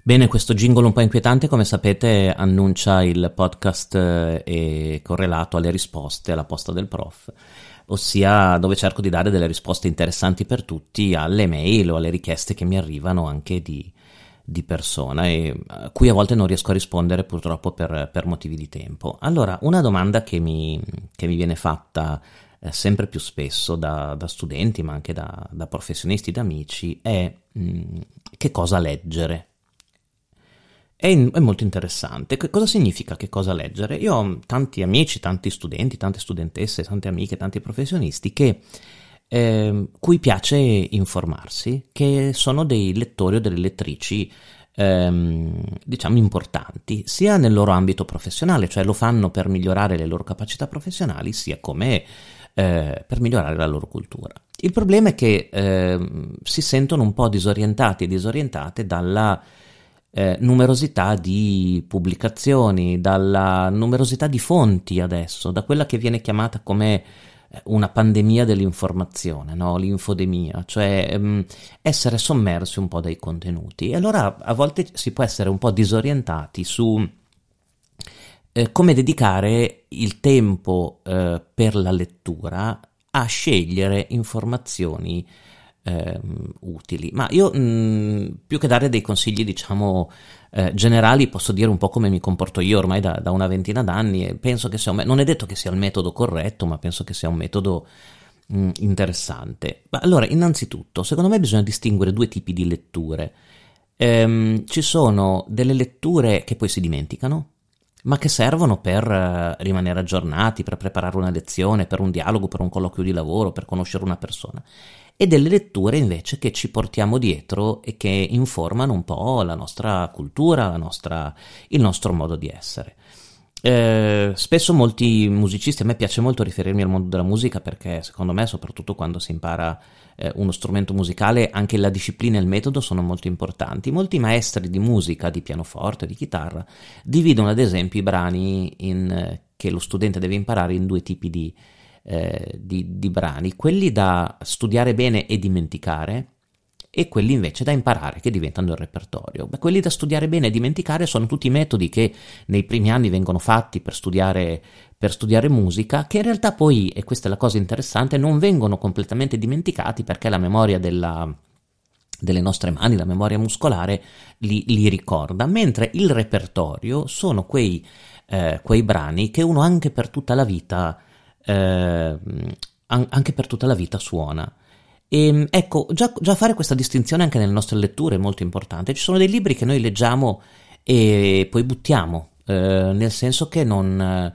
Bene, questo jingle un po' inquietante, come sapete, annuncia il podcast correlato alle risposte alla posta del prof, ossia dove cerco di dare delle risposte interessanti per tutti alle mail o alle richieste che mi arrivano anche di persona e a cui a volte non riesco a rispondere purtroppo per motivi di tempo. Allora, una domanda che mi viene fatta sempre più spesso da studenti, ma anche da professionisti, da amici, è che cosa leggere? È molto interessante. Che cosa significa che cosa leggere? Io ho tanti amici, tanti studenti, tante studentesse, tante amiche, tanti professionisti cui piace informarsi, che sono dei lettori o delle lettrici diciamo importanti, sia nel loro ambito professionale, cioè lo fanno per migliorare le loro capacità professionali, sia come per migliorare la loro cultura. Il problema è che si sentono un po' disorientati e disorientate dalla numerosità di pubblicazioni, dalla numerosità di fonti adesso, da quella che viene chiamata come una pandemia dell'informazione, no? L'infodemia, cioè essere sommersi un po' dai contenuti. E allora a volte si può essere un po' disorientati su come dedicare il tempo per la lettura a scegliere informazioni utili. Ma io più che dare dei consigli diciamo generali, posso dire un po' come mi comporto io ormai da una ventina d'anni, e penso che sia non è detto che sia il metodo corretto, ma penso che sia un metodo interessante. Ma allora, innanzitutto, secondo me bisogna distinguere due tipi di letture. Ci sono delle letture che poi si dimenticano, ma che servono per rimanere aggiornati, per preparare una lezione, per un dialogo, per un colloquio di lavoro, per conoscere una persona, e delle letture invece che ci portiamo dietro e che informano un po' la nostra cultura, il nostro modo di essere. Spesso molti musicisti, a me piace molto riferirmi al mondo della musica perché secondo me, soprattutto quando si impara uno strumento musicale, anche la disciplina e il metodo sono molto importanti. Molti maestri di musica, di pianoforte, di chitarra, dividono ad esempio i brani che lo studente deve imparare in due tipi di brani: quelli da studiare bene e dimenticare, e quelli invece da imparare, che diventano il repertorio. Quelli da studiare bene e dimenticare sono tutti i metodi che nei primi anni vengono fatti per studiare musica, che in realtà poi, e questa è la cosa interessante, non vengono completamente dimenticati perché la memoria delle nostre mani, la memoria muscolare li ricorda, mentre il repertorio sono quei brani che uno anche per tutta la vita suona. E ecco, già fare questa distinzione anche nelle nostre letture è molto importante. Ci sono dei libri che noi leggiamo e poi buttiamo, nel senso che non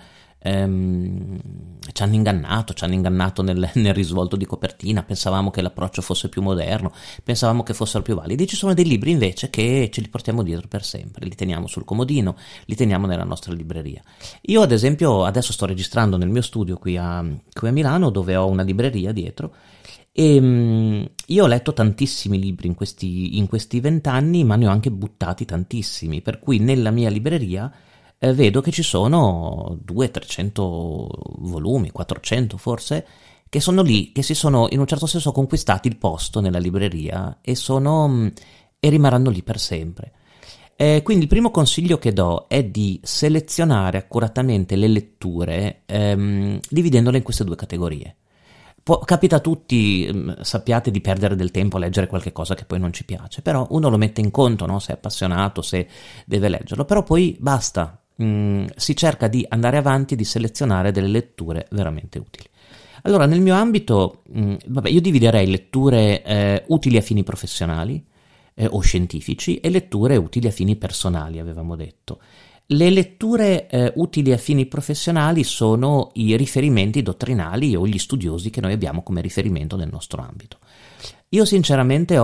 ci hanno ingannato nel risvolto di copertina, pensavamo che l'approccio fosse più moderno, pensavamo che fossero più validi. Ci sono dei libri invece che ce li portiamo dietro per sempre, li teniamo sul comodino, li teniamo nella nostra libreria. Io ad esempio adesso sto registrando nel mio studio qui a Milano, dove ho una libreria dietro, e io ho letto tantissimi libri in questi 20 anni, ma ne ho anche buttati tantissimi, per cui nella mia libreria vedo che ci sono 200-300 volumi, 400 forse, che sono lì, che si sono in un certo senso conquistati il posto nella libreria e rimarranno lì per sempre. Quindi il primo consiglio che do è di selezionare accuratamente le letture, dividendole in queste due categorie. Capita a tutti, sappiate, di perdere del tempo a leggere qualche cosa che poi non ci piace, però uno lo mette in conto, no? Se è appassionato, se deve leggerlo, però poi basta, si cerca di andare avanti e di selezionare delle letture veramente utili. Allora, nel mio ambito, io dividerei letture utili a fini professionali o scientifici e letture utili a fini personali, avevamo detto. Le letture utili a fini professionali sono i riferimenti dottrinali o gli studiosi che noi abbiamo come riferimento nel nostro ambito. Io sinceramente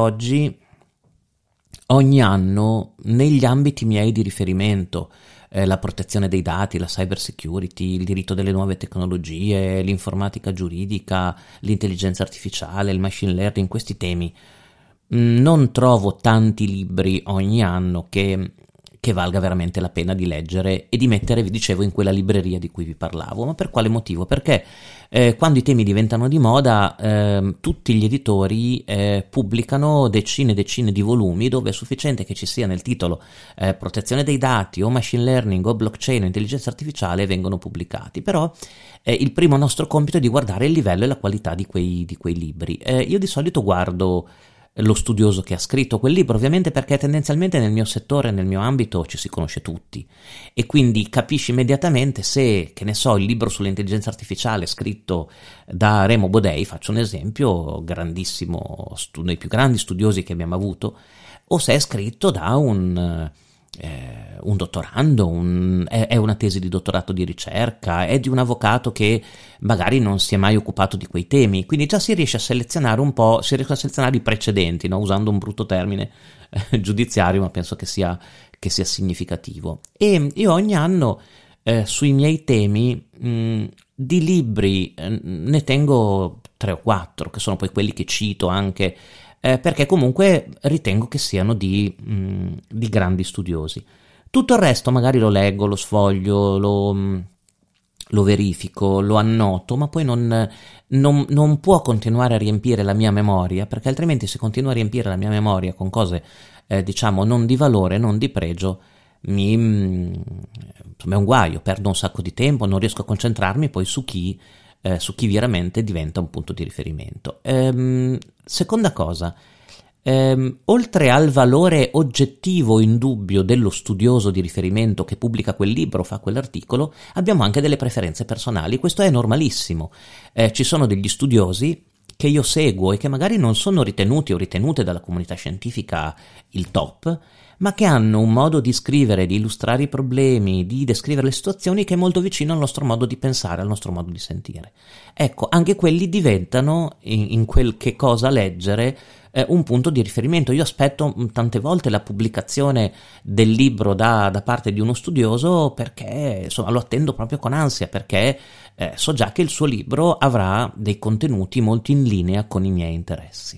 ogni anno, negli ambiti miei di riferimento, la protezione dei dati, la cyber security, il diritto delle nuove tecnologie, l'informatica giuridica, l'intelligenza artificiale, il machine learning, questi temi, non trovo tanti libri ogni anno che che valga veramente la pena di leggere e di mettere, vi dicevo, in quella libreria di cui vi parlavo. Ma per quale motivo? Perché quando i temi diventano di moda, tutti gli editori pubblicano decine e decine di volumi dove è sufficiente che ci sia nel titolo protezione dei dati o machine learning o blockchain o intelligenza artificiale, e vengono pubblicati. Però il primo nostro compito è di guardare il livello e la qualità di quei libri. Io di solito guardo lo studioso che ha scritto quel libro, ovviamente, perché tendenzialmente nel mio settore, nel mio ambito, ci si conosce tutti e quindi capisci immediatamente se, che ne so, il libro sull'intelligenza artificiale scritto da Remo Bodei, faccio un esempio, grandissimo, dei più grandi studiosi che abbiamo avuto, o se è scritto da un dottorando, è una tesi di dottorato di ricerca, è di un avvocato che magari non si è mai occupato di quei temi, quindi già si riesce a selezionare un po', si riesce a selezionare i precedenti, no? Usando un brutto termine giudiziario, ma penso che sia significativo. E io ogni anno sui miei temi di libri ne tengo 3 o 4, che sono poi quelli che cito anche, perché comunque ritengo che siano di grandi studiosi. Tutto il resto magari lo leggo, lo sfoglio, lo verifico, lo annoto, ma poi non può continuare a riempire la mia memoria, perché altrimenti, se continua a riempire la mia memoria con cose diciamo non di valore, non di pregio, insomma è un guaio, perdo un sacco di tempo, non riesco a concentrarmi poi su chi veramente diventa un punto di riferimento. Seconda cosa, oltre al valore oggettivo indubbio dello studioso di riferimento che pubblica quel libro, fa quell'articolo, abbiamo anche delle preferenze personali. Questo è normalissimo. Ci sono degli studiosi che io seguo e che magari non sono ritenuti o ritenute dalla comunità scientifica il top, ma che hanno un modo di scrivere, di illustrare i problemi, di descrivere le situazioni che è molto vicino al nostro modo di pensare, al nostro modo di sentire. Ecco, anche quelli diventano, in quel che cosa leggere, un punto di riferimento. Io aspetto tante volte la pubblicazione del libro da parte di uno studioso, perché insomma lo attendo proprio con ansia, perché so già che il suo libro avrà dei contenuti molto in linea con i miei interessi.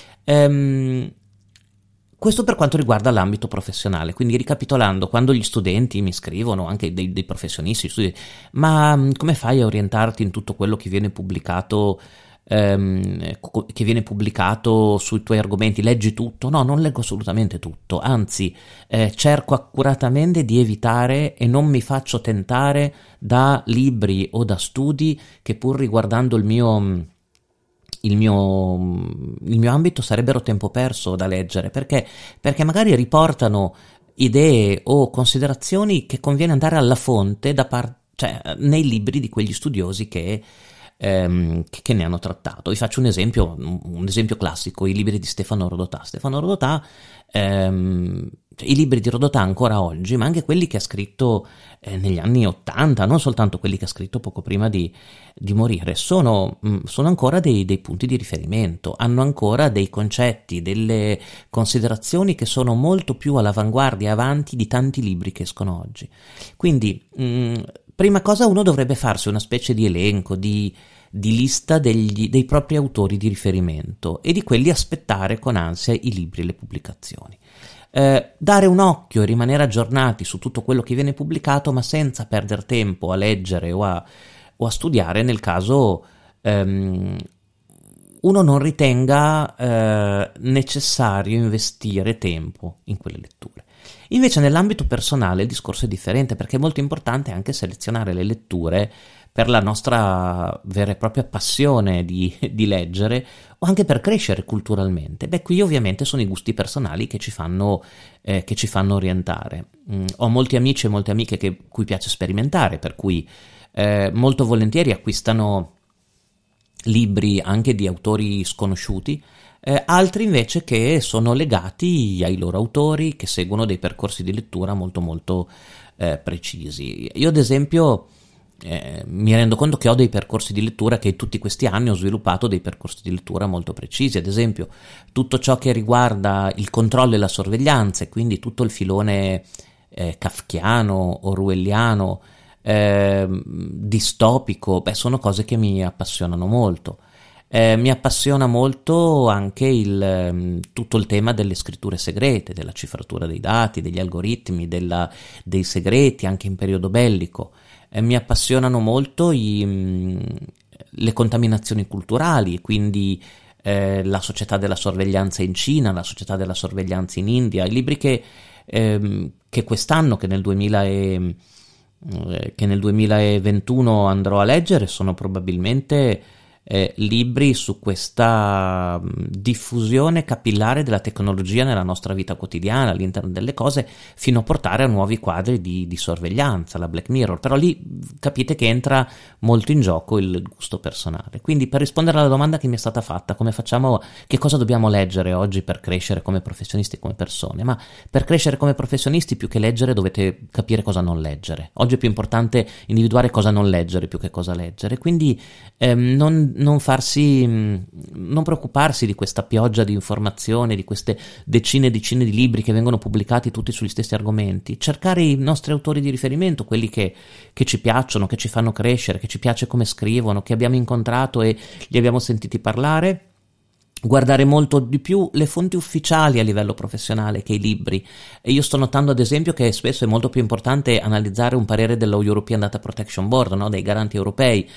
Questo per quanto riguarda l'ambito professionale. Quindi, ricapitolando, quando gli studenti mi scrivono, anche dei professionisti, ma come fai a orientarti in tutto quello che viene pubblicato sui tuoi argomenti? Leggi tutto? No, non leggo assolutamente tutto, anzi cerco accuratamente di evitare e non mi faccio tentare da libri o da studi che, pur riguardando il mio ambito, sarebbero tempo perso da leggere, perché magari riportano idee o considerazioni che conviene andare alla fonte cioè nei libri di quegli studiosi che ne hanno trattato. Vi faccio un esempio classico: i libri di Stefano Rodotà. I libri di Rodotà ancora oggi, ma anche quelli che ha scritto negli anni '80, non soltanto quelli che ha scritto poco prima di morire, sono ancora dei punti di riferimento, hanno ancora dei concetti, delle considerazioni che sono molto più all'avanguardia e avanti di tanti libri che escono oggi. Quindi prima cosa, uno dovrebbe farsi una specie di elenco, di lista dei propri autori di riferimento e di quelli aspettare con ansia i libri e le pubblicazioni. Dare un occhio e rimanere aggiornati su tutto quello che viene pubblicato, ma senza perdere tempo a leggere o a studiare, nel caso uno non ritenga necessario investire tempo in quelle letture. Invece nell'ambito personale il discorso è differente, perché è molto importante anche selezionare le letture per la nostra vera e propria passione di leggere, o anche per crescere culturalmente. Qui ovviamente sono i gusti personali che ci fanno orientare. Ho molti amici e molte amiche cui piace sperimentare, per cui molto volentieri acquistano libri anche di autori sconosciuti, altri invece che sono legati ai loro autori, che seguono dei percorsi di lettura molto molto precisi. Io ad esempio mi rendo conto che ho dei percorsi di lettura, che tutti questi anni ho sviluppato dei percorsi di lettura molto precisi. Ad esempio tutto ciò che riguarda il controllo e la sorveglianza, e quindi tutto il filone kafkiano, orwelliano, distopico, sono cose che mi appassionano molto. Mi appassiona molto anche tutto il tema delle scritture segrete, della cifratura dei dati, degli algoritmi, dei segreti anche in periodo bellico. Mi appassionano molto le contaminazioni culturali, quindi la società della sorveglianza in Cina, la società della sorveglianza in India, i libri che quest'anno, che nel 2021 andrò a leggere, sono probabilmente libri su questa diffusione capillare della tecnologia nella nostra vita quotidiana, all'interno delle cose, fino a portare a nuovi quadri di sorveglianza, la Black Mirror. Però lì capite che entra molto in gioco il gusto personale. Quindi, per rispondere alla domanda che mi è stata fatta, come facciamo, che cosa dobbiamo leggere oggi per crescere come professionisti e come persone? Ma per crescere come professionisti, più che leggere, dovete capire cosa non leggere. Oggi è più importante individuare cosa non leggere più che cosa leggere. Quindi non preoccuparsi di questa pioggia di informazioni, di queste decine e decine di libri che vengono pubblicati tutti sugli stessi argomenti. Cercare i nostri autori di riferimento, quelli che ci piacciono, che ci fanno crescere, che ci piace come scrivono, che abbiamo incontrato e li abbiamo sentiti parlare. Guardare molto di più le fonti ufficiali a livello professionale che i libri. E io sto notando ad esempio che spesso è molto più importante analizzare un parere dello European Data Protection Board, no? Dei garanti europei,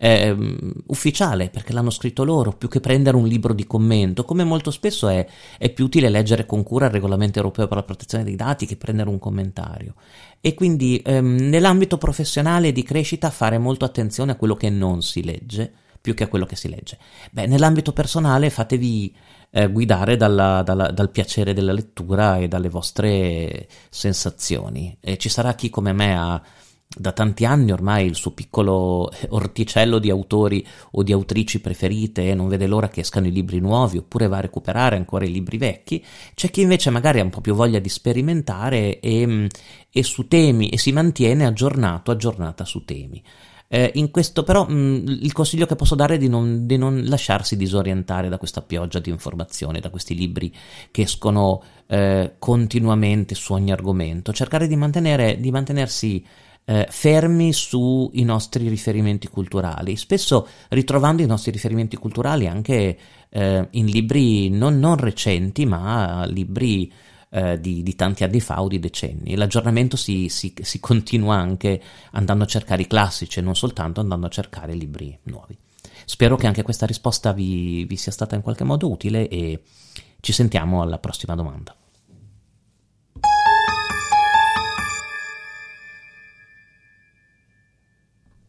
ufficiale, perché l'hanno scritto loro, più che prendere un libro di commento, come molto spesso è più utile leggere con cura il regolamento europeo per la protezione dei dati che prendere un commentario. E quindi nell'ambito professionale di crescita fare molto attenzione a quello che non si legge più che a quello che si legge. Nell'ambito personale fatevi guidare dal piacere della lettura e dalle vostre sensazioni. E ci sarà chi come me ha da tanti anni ormai il suo piccolo orticello di autori o di autrici preferite e non vede l'ora che escano i libri nuovi, oppure va a recuperare ancora i libri vecchi. C'è chi invece magari ha un po' più voglia di sperimentare e su temi, e si mantiene aggiornata su temi. In questo però il consiglio che posso dare è di non lasciarsi disorientare da questa pioggia di informazioni, da questi libri che escono continuamente su ogni argomento. Cercare di mantenersi fermi sui nostri riferimenti culturali, spesso ritrovando i nostri riferimenti culturali anche in libri non recenti, ma libri di tanti anni fa o di decenni. L'aggiornamento si continua anche andando a cercare i classici e non soltanto andando a cercare libri nuovi. Spero che anche questa risposta vi sia stata in qualche modo utile e ci sentiamo alla prossima domanda.